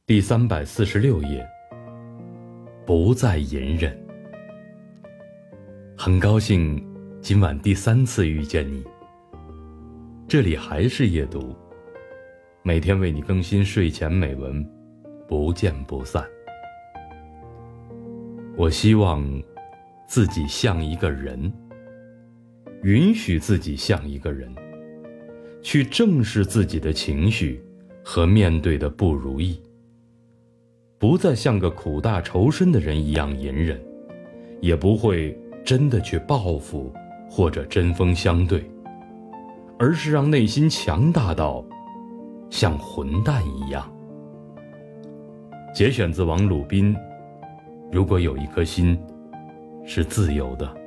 第346页，不再隐忍。很高兴今晚第3次遇见你，这里还是夜读，每天为你更新睡前美文，不见不散。我希望自己像一个人，允许自己像一个人，去正视自己的情绪和面对的不如意，不再像个苦大仇深的人一样隐忍，也不会真的去报复或者针锋相对，而是让内心强大到像混蛋一样。节选自王鲁宾，如果有一颗心是自由的。